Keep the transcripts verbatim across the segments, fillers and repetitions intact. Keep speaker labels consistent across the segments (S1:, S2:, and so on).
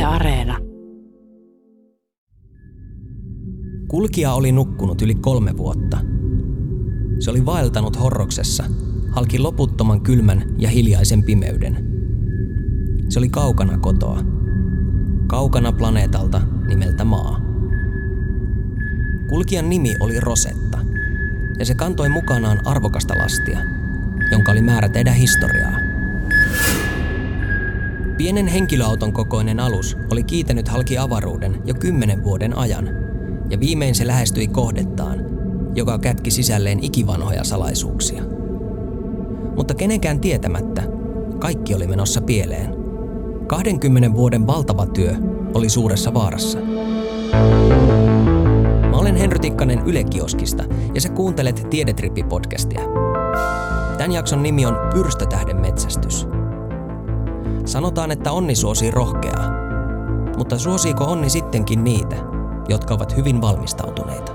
S1: Areena.
S2: Kulkija oli nukkunut yli kolme vuotta. Se oli vaeltanut horroksessa, halki loputtoman kylmän ja hiljaisen pimeyden. Se oli kaukana kotoa. Kaukana planeetalta nimeltä Maa. Kulkijan nimi oli Rosetta, ja se kantoi mukanaan arvokasta lastia, jonka oli määrä tehdä historiaa. Pienen henkilöauton kokoinen alus oli kiitänyt halki avaruuden jo kymmenen vuoden ajan, ja viimein se lähestyi kohdettaan, joka kätki sisälleen ikivanhoja salaisuuksia. Mutta kenenkään tietämättä kaikki oli menossa pieleen. kahdenkymmenen vuoden valtava työ oli suuressa vaarassa. Mä olen Henry Tikkanen Yle Kioskista ja sä kuuntelet Tiedetrippi-podcastia. Tän jakson nimi on Pyrstötähden metsästys. Sanotaan, että onni suosii rohkeaa, mutta suosiiko onni sittenkin niitä, jotka ovat hyvin valmistautuneita?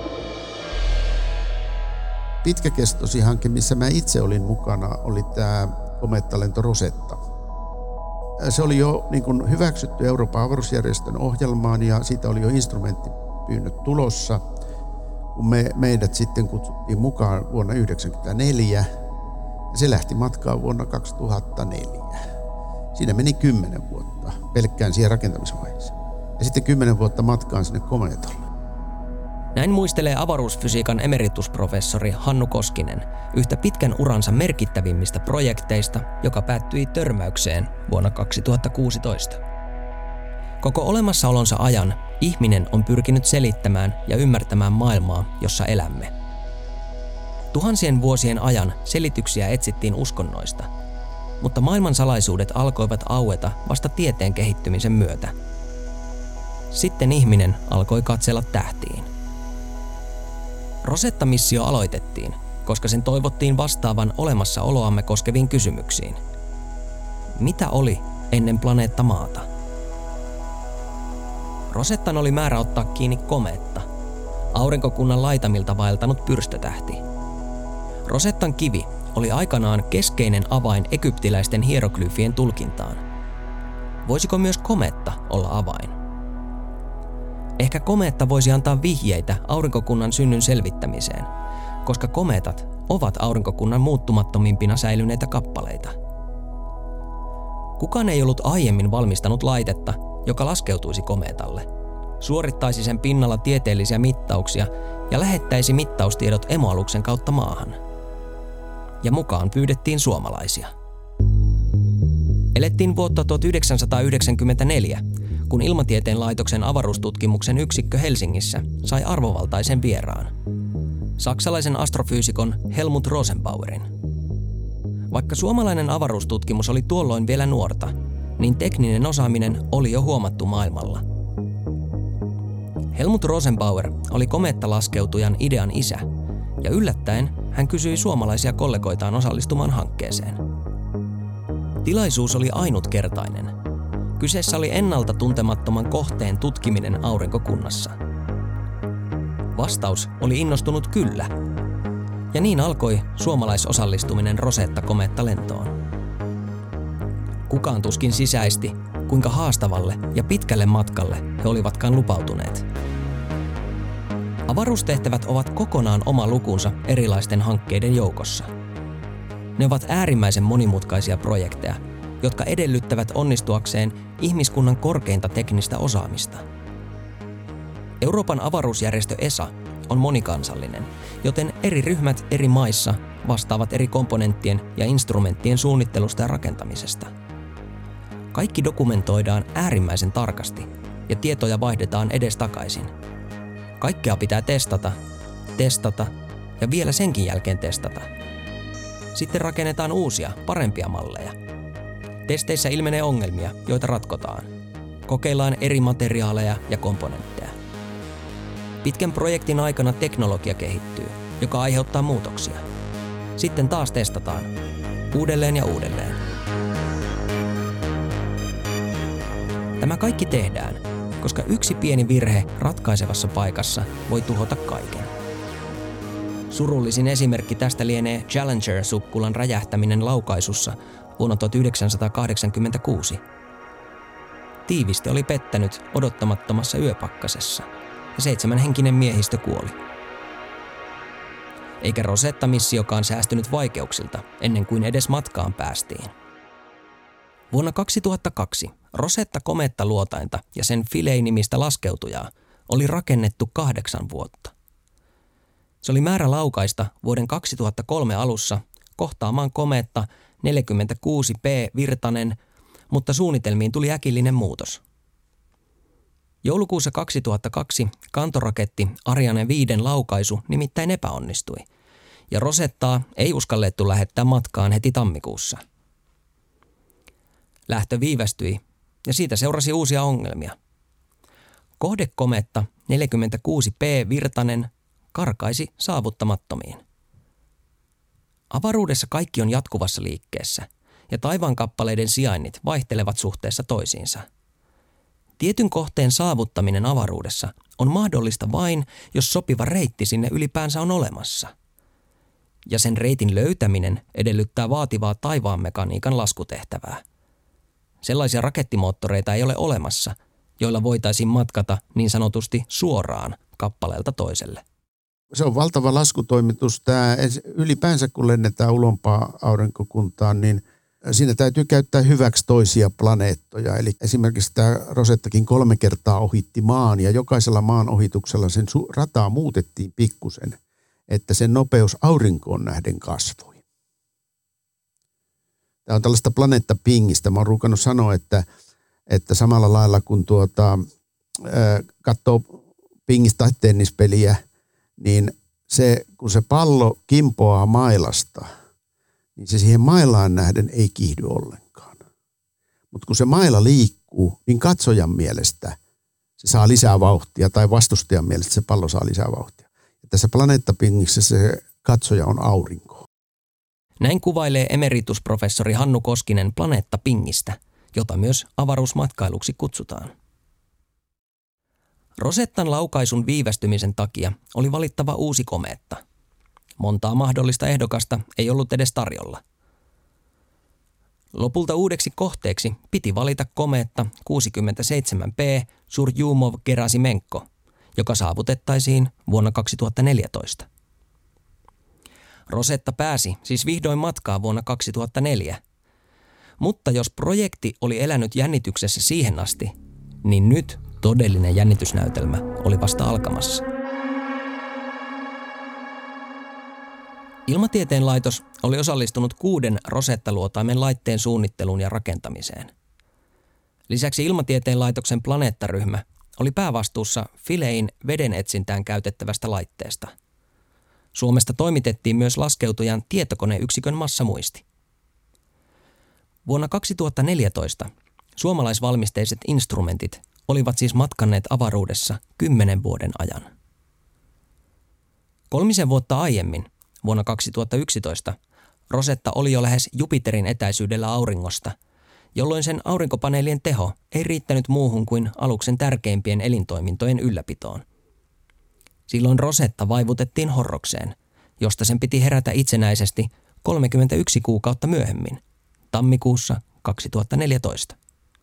S3: Pitkäkestoisin hanke, missä mä itse olin mukana, oli tämä komeettalento Rosetta. Se oli jo niin kuin hyväksytty Euroopan avaruusjärjestön ohjelmaan ja siitä oli jo instrumenttipyynnöt tulossa, kun me, meidät sitten kutsuttiin mukaan vuonna yhdeksänkymmentäneljä ja se lähti matkaan vuonna kaksituhattaneljä. Siinä meni kymmenen vuotta pelkkään siihen rakentamisvaiheessa ja sitten kymmenen vuotta matkaan sinne komeetalle.
S2: Näin muistelee avaruusfysiikan emeritusprofessori Hannu Koskinen yhtä pitkän uransa merkittävimmistä projekteista, joka päättyi törmäykseen vuonna kaksituhattakuusitoista. Koko olemassaolonsa ajan ihminen on pyrkinyt selittämään ja ymmärtämään maailmaa, jossa elämme. Tuhansien vuosien ajan selityksiä etsittiin uskonnoista, mutta maailman salaisuudet alkoivat aueta vasta tieteen kehittymisen myötä. Sitten ihminen alkoi katsella tähtiin. Rosetta-missio aloitettiin, koska sen toivottiin vastaavan olemassaoloamme koskeviin kysymyksiin. Mitä oli ennen planeetta Maata? Rosettan oli määrä ottaa kiinni komeetta, aurinkokunnan laitamilta vaeltanut pyrstötähti. Rosettan kivi oli aikanaan keskeinen avain egyptiläisten hieroglyfien tulkintaan. Voisiko myös komeetta olla avain? Ehkä komeetta voisi antaa vihjeitä aurinkokunnan synnyn selvittämiseen, koska komeetat ovat aurinkokunnan muuttumattomimpina säilyneitä kappaleita. Kukaan ei ollut aiemmin valmistanut laitetta, joka laskeutuisi komeetalle, suorittaisi sen pinnalla tieteellisiä mittauksia ja lähettäisi mittaustiedot emoaluksen kautta maahan. Ja mukaan pyydettiin suomalaisia. Elettiin vuotta tuhatyhdeksänsataayhdeksänkymmentäneljä, kun Ilmatieteen laitoksen avaruustutkimuksen yksikkö Helsingissä sai arvovaltaisen vieraan, saksalaisen astrofyysikon Helmut Rosenbauerin. Vaikka suomalainen avaruustutkimus oli tuolloin vielä nuorta, niin tekninen osaaminen oli jo huomattu maailmalla. Helmut Rosenbauer oli komeettalaskeutujan idean isä, ja yllättäen hän kysyi suomalaisia kollegoitaan osallistumaan hankkeeseen. Tilaisuus oli ainutkertainen. Kyseessä oli ennalta tuntemattoman kohteen tutkiminen aurinkokunnassa. Vastaus oli innostunut kyllä. Ja niin alkoi suomalaisosallistuminen Rosetta-komeettalentoon. Kukaan tuskin sisäisti, kuinka haastavalle ja pitkälle matkalle he olivatkaan lupautuneet. Avaruustehtävät ovat kokonaan oma lukunsa erilaisten hankkeiden joukossa. Ne ovat äärimmäisen monimutkaisia projekteja, jotka edellyttävät onnistuakseen ihmiskunnan korkeinta teknistä osaamista. Euroopan avaruusjärjestö E S A on monikansallinen, joten eri ryhmät eri maissa vastaavat eri komponenttien ja instrumenttien suunnittelusta ja rakentamisesta. Kaikki dokumentoidaan äärimmäisen tarkasti ja tietoja vaihdetaan edestakaisin. Kaikkea pitää testata, testata ja vielä senkin jälkeen testata. Sitten rakennetaan uusia, parempia malleja. Testeissä ilmenee ongelmia, joita ratkotaan. Kokeillaan eri materiaaleja ja komponentteja. Pitkän projektin aikana teknologia kehittyy, joka aiheuttaa muutoksia. Sitten taas testataan. Uudelleen ja uudelleen. Tämä kaikki tehdään, koska yksi pieni virhe ratkaisevassa paikassa voi tuhota kaiken. Surullisin esimerkki tästä lienee Challenger-sukkulan räjähtäminen laukaisussa vuonna tuhatyhdeksänsataakahdeksankymmentäkuusi. tiiviste oli pettänyt odottamattomassa yöpakkasessa ja seitsemänhenkinen miehistö kuoli. Eikä Rosetta-missiokaan säästynyt vaikeuksilta ennen kuin edes matkaan päästiin. Vuonna kaksituhattakaksi Rosetta-komeettaluotainta ja sen Philae-nimistä laskeutujaa oli rakennettu kahdeksan vuotta. Se oli määrä laukaista vuoden kaksituhattakolme alussa kohtaamaan komeetta neljäkymmentäkuusi P Virtanen, mutta suunnitelmiin tuli äkillinen muutos. Joulukuussa kaksituhattakaksi kantoraketti Ariane viisi laukaisu nimittäin epäonnistui, ja Rosettaa ei uskallettu lähettää matkaan heti tammikuussa. Lähtö viivästyi, ja siitä seurasi uusia ongelmia. Kohdekometta neljäkymmentäkuusi P Virtanen karkaisi saavuttamattomiin. Avaruudessa kaikki on jatkuvassa liikkeessä, ja taivaankappaleiden sijainnit vaihtelevat suhteessa toisiinsa. Tietyn kohteen saavuttaminen avaruudessa on mahdollista vain, jos sopiva reitti sinne ylipäänsä on olemassa. Ja sen reitin löytäminen edellyttää vaativaa taivaanmekaniikan laskutehtävää. Sellaisia rakettimoottoreita ei ole olemassa, joilla voitaisiin matkata niin sanotusti suoraan kappaleelta toiselle.
S3: Se on valtava laskutoimitus. Tämä ylipäänsä kun lennetään ulompaa aurinkokuntaan, niin siinä täytyy käyttää hyväksi toisia planeettoja. Eli esimerkiksi tämä Rosettakin kolme kertaa ohitti maan ja jokaisella maan ohituksella sen rataa muutettiin pikkusen, että sen nopeus aurinkoon nähden kasvoi. Tämä on tällaista planeettapingistä. Mä oon rukannut sanoa, että, että samalla lailla kun tuota, katsoo pingistä tennispeliä, niin se, kun se pallo kimpoaa mailasta, niin se siihen mailaan nähden ei kiihdy ollenkaan. Mutta kun se maila liikkuu, niin katsojan mielestä se saa lisää vauhtia, tai vastustajan mielestä se pallo saa lisää vauhtia. Ja tässä planeettapingissä se katsoja on aurinko.
S2: Näin kuvailee emeritusprofessori Hannu Koskinen planeettapingistä, jota myös avaruusmatkailuksi kutsutaan. Rosettan laukaisun viivästymisen takia oli valittava uusi komeetta. Montaa mahdollista ehdokasta ei ollut edes tarjolla. Lopulta uudeksi kohteeksi piti valita komeetta kuusikymmentäseitsemän P Surjumov-Gerasimenko, joka saavutettaisiin vuonna kaksituhattaneljätoista. Rosetta pääsi siis vihdoin matkaan vuonna kaksituhattaneljä. Mutta jos projekti oli elänyt jännityksessä siihen asti, niin nyt todellinen jännitysnäytelmä oli vasta alkamassa. Ilmatieteen laitos oli osallistunut kuuden Rosetta-luotaimen laitteen suunnitteluun ja rakentamiseen. Lisäksi Ilmatieteen laitoksen planeettaryhmä oli päävastuussa Philaen vedenetsintään käytettävästä laitteesta. Suomesta toimitettiin myös laskeutujan tietokoneyksikön massamuisti. Vuonna kaksituhattaneljätoista suomalaisvalmisteiset instrumentit olivat siis matkanneet avaruudessa kymmenen vuoden ajan. Kolmisen vuotta aiemmin, vuonna kaksituhattayksitoista, Rosetta oli jo lähes Jupiterin etäisyydellä auringosta, jolloin sen aurinkopaneelien teho ei riittänyt muuhun kuin aluksen tärkeimpien elintoimintojen ylläpitoon. Silloin Rosetta vaivutettiin horrokseen, josta sen piti herätä itsenäisesti kolmekymmentäyksi kuukautta myöhemmin, tammikuussa kaksituhattaneljätoista.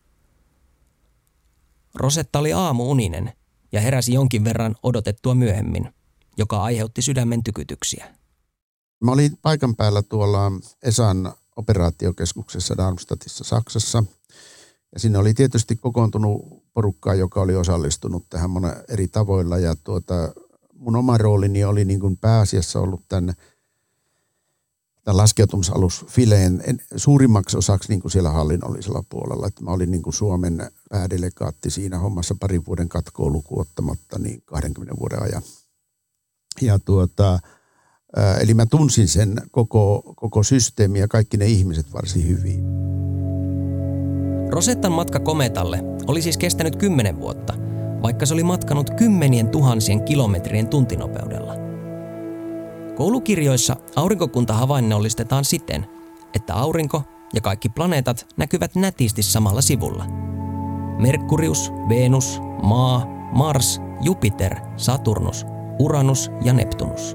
S2: Rosetta oli aamuuninen ja heräsi jonkin verran odotettua myöhemmin, joka aiheutti sydämen tykytyksiä.
S3: Mä olin paikan päällä tuolla E S A:n operaatiokeskuksessa Darmstadtissa Saksassa. Ja sinne oli tietysti kokoontunut porukkaa, joka oli osallistunut tähän monen eri tavoilla. Ja tuota, mun oma roolini oli niin kuin pääasiassa ollut tämän, tämän laskeutumisalus Philaen suurimmaksi osaksi niin kuin siellä hallinnollisella puolella. Että mä olin niin kuin Suomen päädelegaatti siinä hommassa parin vuoden katkoon lukuun ottamatta niin kahdenkymmenen vuoden ajan. Ja tuota, eli mä tunsin sen koko, koko systeemi ja kaikki ne ihmiset varsin hyvin.
S2: Rosettan matka komeetalle oli siis kestänyt kymmenen vuotta, vaikka se oli matkanut kymmenien tuhansien kilometrien tuntinopeudella. Koulukirjoissa aurinkokunta havainnollistetaan siten, että aurinko ja kaikki planeetat näkyvät nätisti samalla sivulla. Merkurius, Venus, Maa, Mars, Jupiter, Saturnus, Uranus ja Neptunus.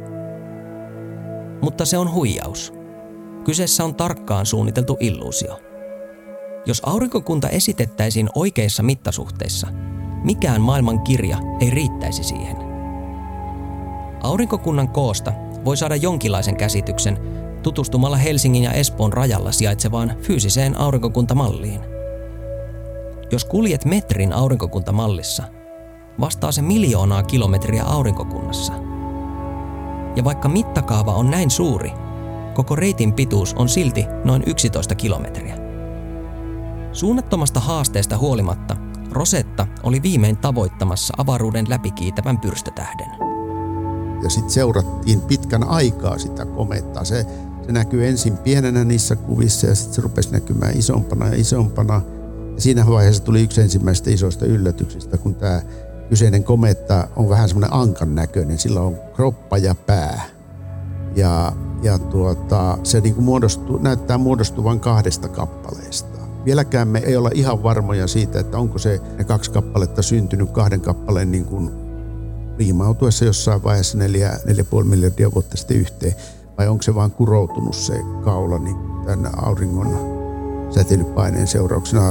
S2: Mutta se on huijaus. Kyseessä on tarkkaan suunniteltu illuusio. Jos aurinkokunta esitettäisiin oikeissa mittasuhteissa, mikään maailman kirja ei riittäisi siihen. Aurinkokunnan koosta voi saada jonkinlaisen käsityksen tutustumalla Helsingin ja Espoon rajalla sijaitsevaan fyysiseen aurinkokuntamalliin. Jos kuljet metrin aurinkokuntamallissa, vastaa se miljoonaa kilometriä aurinkokunnassa. Ja vaikka mittakaava on näin suuri, koko reitin pituus on silti noin yksitoista kilometriä. Suunnattomasta haasteesta huolimatta Rosetta oli viimein tavoittamassa avaruuden läpikiitävän pyrstötähden.
S3: Ja sitten seurattiin pitkän aikaa sitä komeettaa. Se, se näkyy ensin pienenä niissä kuvissa ja sitten se rupesi näkymään isompana ja isompana. Ja siinä vaiheessa tuli yksi ensimmäistä isoista yllätyksistä, kun tämä kyseinen kometta on vähän semmoinen ankan näköinen. Sillä on kroppa ja pää. Ja, ja tuota, se niin kuin muodostuu, näyttää muodostuvan kahdesta kappaleesta. Vieläkään me ei olla ihan varmoja siitä, että onko se ne kaksi kappaletta syntynyt kahden kappaleen niin kuin riimautuessa jossain vaiheessa neljä, neljä puoli miljardia vuotta sitten yhteen. Vai onko se vaan kuroutunut se kaula niin tämän auringon säteilypaineen seurauksena.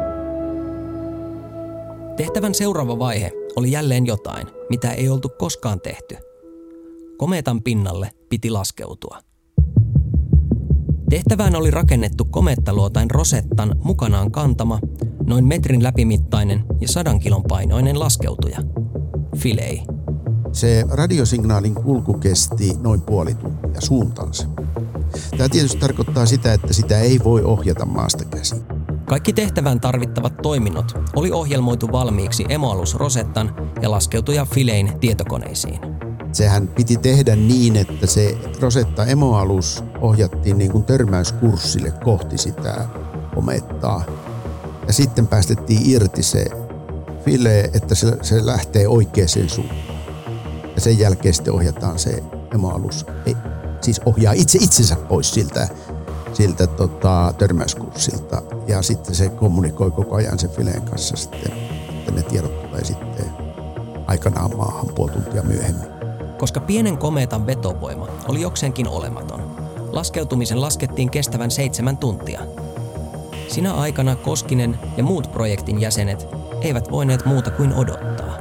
S2: Tehtävän seuraava vaihe oli jälleen jotain, mitä ei oltu koskaan tehty. Komeetan pinnalle piti laskeutua. Tehtävään oli rakennettu komeettaluotain Rosettan mukanaan kantama, noin metrin läpimittainen ja sadan kilon painoinen laskeutuja. Philae.
S3: Se radiosignaalin kulku kesti noin puoli tuntia suuntaansa. Tämä tietysti tarkoittaa sitä, että sitä ei voi ohjata maasta käsin.
S2: Kaikki tehtävään tarvittavat toiminnot oli ohjelmoitu valmiiksi emoalus Rosettan ja laskeutuja Philaen tietokoneisiin.
S3: Sehän piti tehdä niin, että se Rosetta-emoalus ohjattiin niin kuin törmäyskurssille kohti sitä komettaa. Ja sitten päästettiin irti se Philae, että se, se lähtee oikeaan suuntaan. Ja sen jälkeen sitten ohjataan se emoalus, ei, siis ohjaa itse itsensä pois siltä, siltä tota, törmäyskurssilta. Ja sitten se kommunikoi koko ajan sen Philaen kanssa sitten, että ne tiedot tulee sitten aikanaan maahan puoli tuntia myöhemmin.
S2: Koska pienen komeetan vetovoima oli jokseenkin olematon, laskeutumisen laskettiin kestävän seitsemän tuntia. Sinä aikana Koskinen ja muut projektin jäsenet eivät voineet muuta kuin odottaa.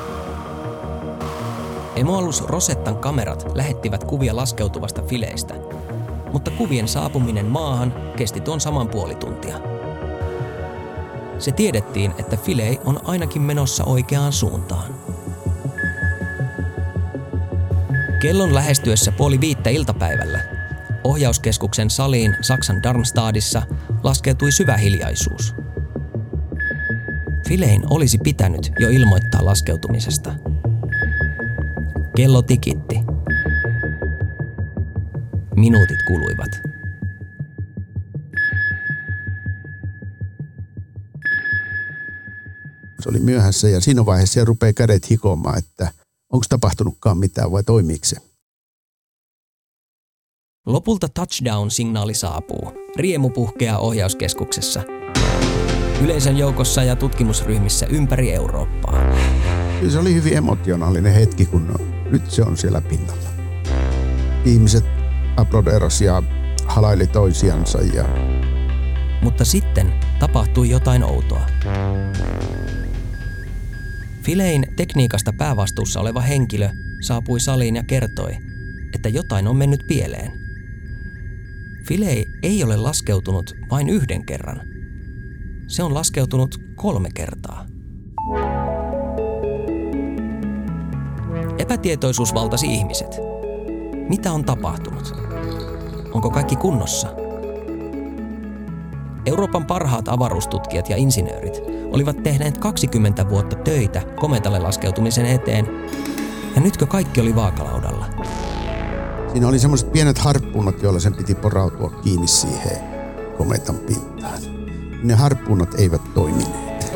S2: Emoalus Rosettan kamerat lähettivät kuvia laskeutuvasta Philaestä, mutta kuvien saapuminen maahan kesti tuon saman puoli tuntia. Se tiedettiin, että Philae on ainakin menossa oikeaan suuntaan. Kellon lähestyessä puoli viittä iltapäivällä ohjauskeskuksen saliin Saksan Darmstadtissa laskeutui syvä hiljaisuus. Philaen olisi pitänyt jo ilmoittaa laskeutumisesta. Kello tikitti. Minuutit kuluivat.
S3: Se oli myöhässä ja siinä vaiheessa rupeaa kädet hikomaan, että onko tapahtunutkaan mitään vai toimiiko se?
S2: Lopulta touchdown-signaali saapuu. Riemu puhkeaa ohjauskeskuksessa. Yleisön joukossa ja tutkimusryhmissä ympäri Eurooppaa.
S3: Kyllä se oli hyvin emotionaalinen hetki, kun nyt se on siellä pinnalla. Ihmiset aplodeerasi ja halaili toisiansa. Ja...
S2: Mutta sitten tapahtui jotain outoa. Philaen tekniikasta päävastuussa oleva henkilö saapui saliin ja kertoi, että jotain on mennyt pieleen. Philae ei ole laskeutunut vain yhden kerran. Se on laskeutunut kolme kertaa. Epätietoisuus valtasi ihmiset. Mitä on tapahtunut? Onko kaikki kunnossa? Euroopan parhaat avaruustutkijat ja insinöörit olivat tehneet kaksikymmentä vuotta töitä kometalle laskeutumisen eteen, ja nytkö kaikki oli vaakalaudalla?
S3: Siinä oli semmoiset pienet harppuunat, joilla sen piti porautua kiinni siihen kometan pintaan. Ne harppuunat eivät toimineet.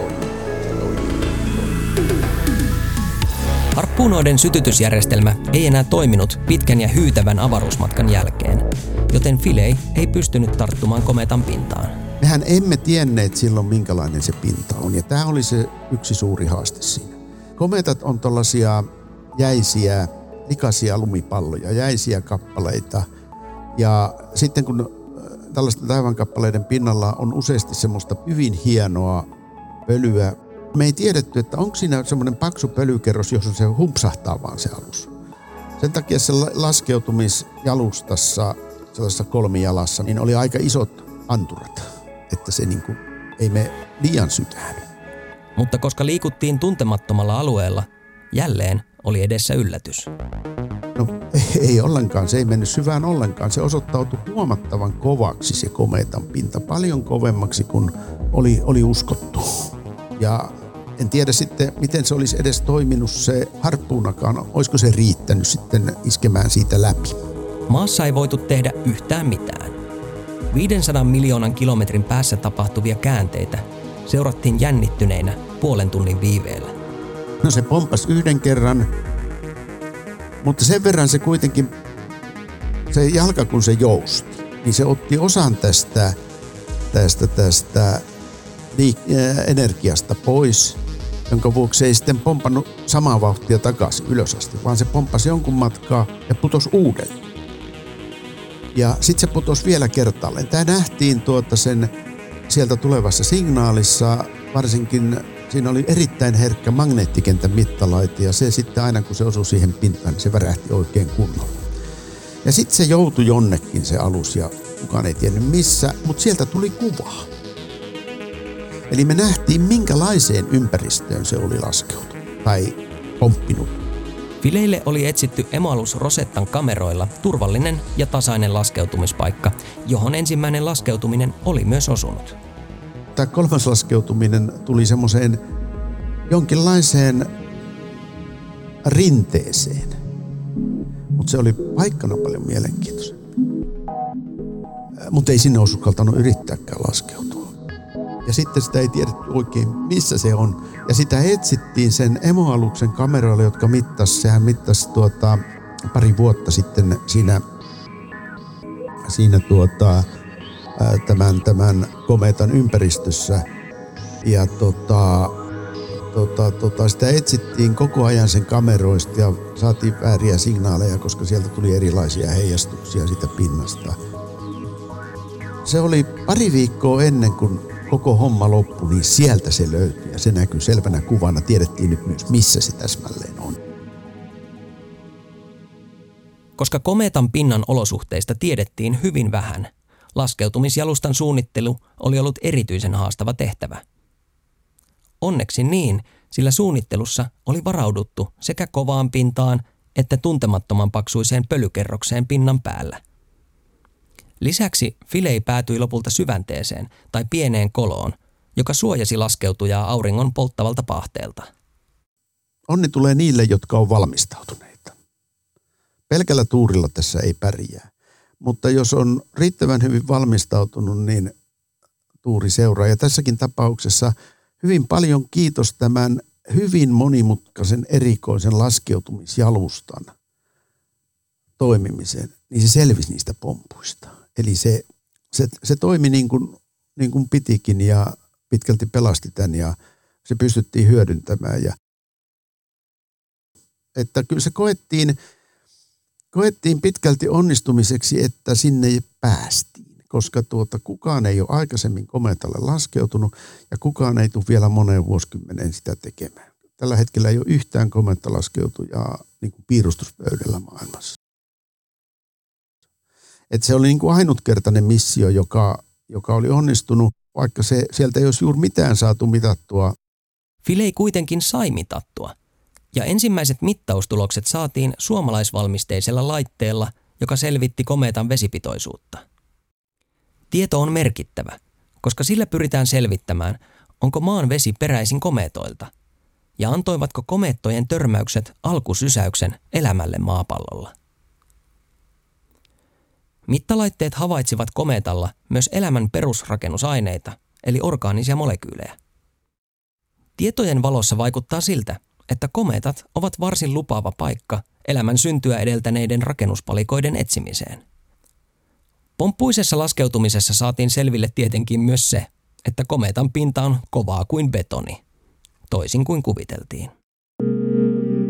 S2: Harppuunoiden sytytysjärjestelmä ei enää toiminut pitkän ja hyytävän avaruusmatkan jälkeen, joten Philae ei pystynyt tarttumaan kometan pintaan.
S3: Mehän emme tienneet silloin, minkälainen se pinta on, ja tämä oli se yksi suuri haaste siinä. Kometat on tollaisia jäisiä, likaisia lumipalloja, jäisiä kappaleita, ja sitten kun tällaisten taivaankappaleiden pinnalla on useasti semmoista hyvin hienoa pölyä. Me ei tiedetty, että onko siinä semmoinen paksu pölykerros, jos se humpsahtaa vaan se alus. Sen takia se laskeutumisjalustassa, sellaisessa kolmijalassa, niin oli aika isot anturat, että se niin kuin ei mene liian sytään.
S2: Mutta koska liikuttiin tuntemattomalla alueella, jälleen oli edessä yllätys.
S3: No ei ollenkaan, se ei mennyt syvään ollenkaan. Se osoittautui huomattavan kovaksi se komeetan pinta, paljon kovemmaksi kuin oli, oli uskottu. Ja en tiedä sitten, miten se olisi edes toiminut se harppuunakaan. Olisiko se riittänyt sitten iskemään siitä läpi?
S2: Maassa ei voitu tehdä yhtään mitään. viisisataa miljoonan kilometrin päässä tapahtuvia käänteitä seurattiin jännittyneinä puolen tunnin viiveellä.
S3: No se pomppasi yhden kerran, mutta sen verran se kuitenkin, se jalka kun se jousti, niin se otti osan tästä, tästä, tästä liik- energiasta pois, jonka vuoksi se ei sitten pompannut samaa vauhtia takaisin ylös asti, vaan se pomppasi jonkun matkaa ja putosi uudelleen. Ja sitten se putosi vielä kertaalleen. Tämä nähtiin tuota sen sieltä tulevassa signaalissa, varsinkin siinä oli erittäin herkkä magneettikentän mittalaite ja se sitten aina kun se osui siihen pintaan, niin se värähti oikein kunnolla. Ja sitten se joutui jonnekin se alus ja kukaan ei tiennyt missä, mutta sieltä tuli kuvaa. Eli me nähtiin minkälaiseen ympäristöön se oli laskeutunut tai pomppinut.
S2: Phileille oli etsitty emoalus Rosettan kameroilla turvallinen ja tasainen laskeutumispaikka, johon ensimmäinen laskeutuminen oli myös osunut.
S3: Tämä kolmas laskeutuminen tuli semmoiseen jonkinlaiseen rinteeseen, mutta se oli paikkana paljon mielenkiintoisempi. Mutta ei sinne olisi uskaltanut yrittääkään laskeutua. Ja sitten sitä ei tiedetty oikein, missä se on. Ja sitä etsittiin sen emoaluksen kameroilla, jotka mittasi, sehän mittasi tuota, pari vuotta sitten siinä, siinä tuota, tämän, tämän komeetan ympäristössä. Ja tota, tota, tota, sitä etsittiin koko ajan sen kameroista ja saatiin vääriä signaaleja, koska sieltä tuli erilaisia heijastuksia siitä pinnasta. Se oli pari viikkoa ennen kuin koko homma loppui, niin sieltä se löytyi ja se näkyy selvänä kuvana. Tiedettiin nyt myös, missä se täsmälleen on.
S2: Koska komeetan pinnan olosuhteista tiedettiin hyvin vähän, laskeutumisjalustan suunnittelu oli ollut erityisen haastava tehtävä. Onneksi niin, sillä suunnittelussa oli varauduttu sekä kovaan pintaan että tuntemattoman paksuiseen pölykerrokseen pinnan päällä. Lisäksi Philae päätyi lopulta syvänteeseen tai pieneen koloon, joka suojasi laskeutujaa auringon polttavalta pahteelta.
S3: Onni tulee niille, jotka on valmistautuneita. Pelkällä tuurilla tässä ei pärjää, mutta jos on riittävän hyvin valmistautunut, niin tuuri seuraa. Ja tässäkin tapauksessa hyvin paljon kiitos tämän hyvin monimutkaisen erikoisen laskeutumisjalustan toimimisen, niin se selvisi niistä pompuista. Eli se, se, se toimi niin kuin, niin kuin pitikin ja pitkälti pelasti tämän ja se pystyttiin hyödyntämään. Ja, että kyllä se koettiin, koettiin pitkälti onnistumiseksi, että sinne päästiin, koska tuota, kukaan ei ole aikaisemmin komeetalle laskeutunut ja kukaan ei tule vielä moneen vuosikymmeneen sitä tekemään. Tällä hetkellä ei ole yhtään komeetta laskeutujaa niin kuin piirustuspöydällä maailmassa. Että se oli niin kuin ainutkertainen missio, joka, joka oli onnistunut, vaikka se, sieltä ei olisi juuri mitään saatu mitattua.
S2: Philae kuitenkin sai mitattua, ja ensimmäiset mittaustulokset saatiin suomalaisvalmisteisella laitteella, joka selvitti komeetan vesipitoisuutta. Tieto on merkittävä, koska sillä pyritään selvittämään, onko maan vesi peräisin komeetoilta, ja antoivatko komeettojen törmäykset alkusysäyksen elämälle maapallolla. Mittalaitteet havaitsivat komeetalla myös elämän perusrakennusaineita, eli orgaanisia molekyylejä. Tietojen valossa vaikuttaa siltä, että komeetat ovat varsin lupaava paikka elämän syntyä edeltäneiden rakennuspalikoiden etsimiseen. Pomppuisessa laskeutumisessa saatiin selville tietenkin myös se, että komeetan pinta on kovaa kuin betoni, toisin kuin kuviteltiin.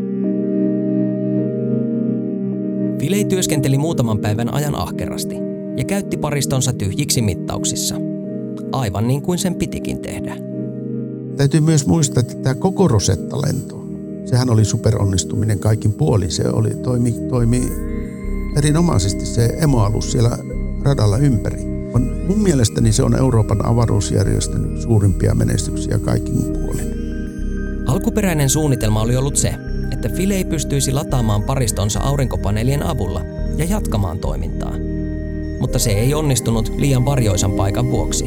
S2: Philae työskenteli muutaman päivän ajan ahkerasti ja käytti paristonsa tyhjiksi mittauksissa. Aivan niin kuin sen pitikin tehdä.
S3: Täytyy myös muistaa, että tämä koko Rosetta-lento, sehän oli superonnistuminen kaikin puolin. Se oli, toimi, toimi erinomaisesti se emoalus siellä radalla ympäri. Mun mielestäni se on Euroopan avaruusjärjestön suurimpia menestyksiä kaikin puolin.
S2: Alkuperäinen suunnitelma oli ollut se, että Philae pystyisi lataamaan paristonsa aurinkopaneelien avulla ja jatkamaan toimintaa. Mutta se ei onnistunut liian varjoisan paikan vuoksi.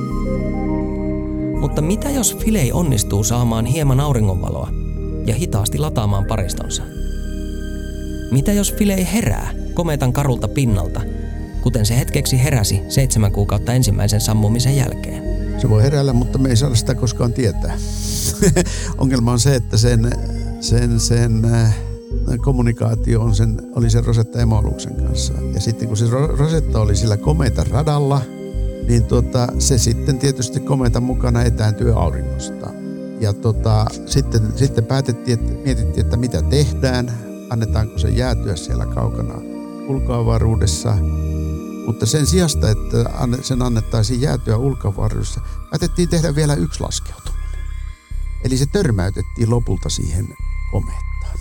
S2: Mutta mitä jos Philae onnistuu saamaan hieman auringonvaloa ja hitaasti lataamaan paristonsa? Mitä jos Philae herää kometan karulta pinnalta, kuten se hetkeksi heräsi seitsemän kuukautta ensimmäisen sammumisen jälkeen?
S3: Se voi heräillä, mutta me ei saada sitä koskaan tietää. Ongelma on se, että sen, sen, sen kommunikaatio on sen, oli sen Rosetta-emoaluksen kanssa. Ja sitten kun se Rosetta oli sillä kometan radalla, niin tuota, se sitten tietysti kometan mukana etääntyy auringosta. Ja tota, sitten, sitten päätettiin, että mietittiin, että mitä tehdään, annetaanko se jäätyä siellä kaukana ulkoavaruudessa. Mutta sen sijasta, että sen annettaisiin jäätyä ulkoavaruudessa, päätettiin tehdä vielä yksi laskeutuminen. Eli se törmäytettiin lopulta siihen komeettaan.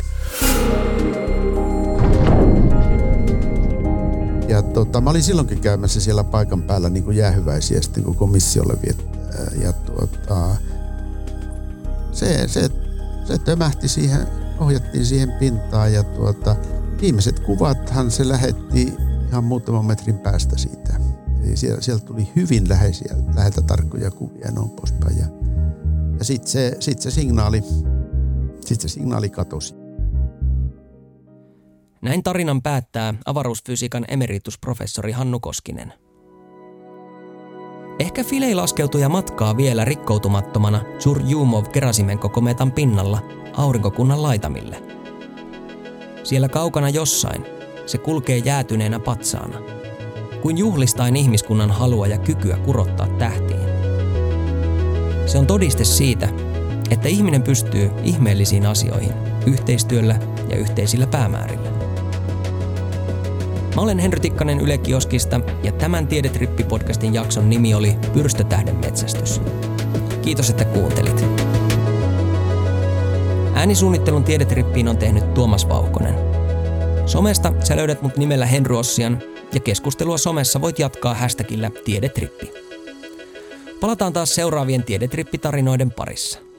S3: Ja tota, mä olin silloinkin käymässä siellä paikan päällä niin kuin jäähyväisiä sitten kun komissiolle viettää. Ja tuota, se, se, se tömähti siihen, ohjattiin siihen pintaan ja tuota, viimeiset kuvathan se lähetti ihan muutaman metrin päästä siitä. Eli siellä, sieltä tuli hyvin läheisiä, läheltä tarkkoja kuvia ja noin poispäin. Ja, ja sitten se, sit se, signaali, sit se signaali katosi.
S2: Näin tarinan päättää avaruusfysiikan emeritusprofessori Hannu Koskinen. Ehkä Philae laskeutui ja matkaa vielä rikkoutumattomana Churyumov-Gerasimenko-kometan pinnalla aurinkokunnan laitamille. Siellä kaukana jossain se kulkee jäätyneenä patsaana, kuin juhlistain ihmiskunnan halua ja kykyä kurottaa tähtiin. Se on todiste siitä, että ihminen pystyy ihmeellisiin asioihin yhteistyöllä ja yhteisillä päämäärillä. Mä olen Henry Tikkanen Yle Kioskista ja tämän Tiedetrippi-podcastin jakson nimi oli Pyrstötähden metsästys. Kiitos, että kuuntelit. Äänisuunnittelun Tiedetrippiin on tehnyt Tuomas Vauhkonen. Somesta sä löydät mut nimellä Henry Ossian ja keskustelua somessa voit jatkaa hashtagillä Tiedetrippi. Palataan taas seuraavien Tiedetrippi-tarinoiden parissa.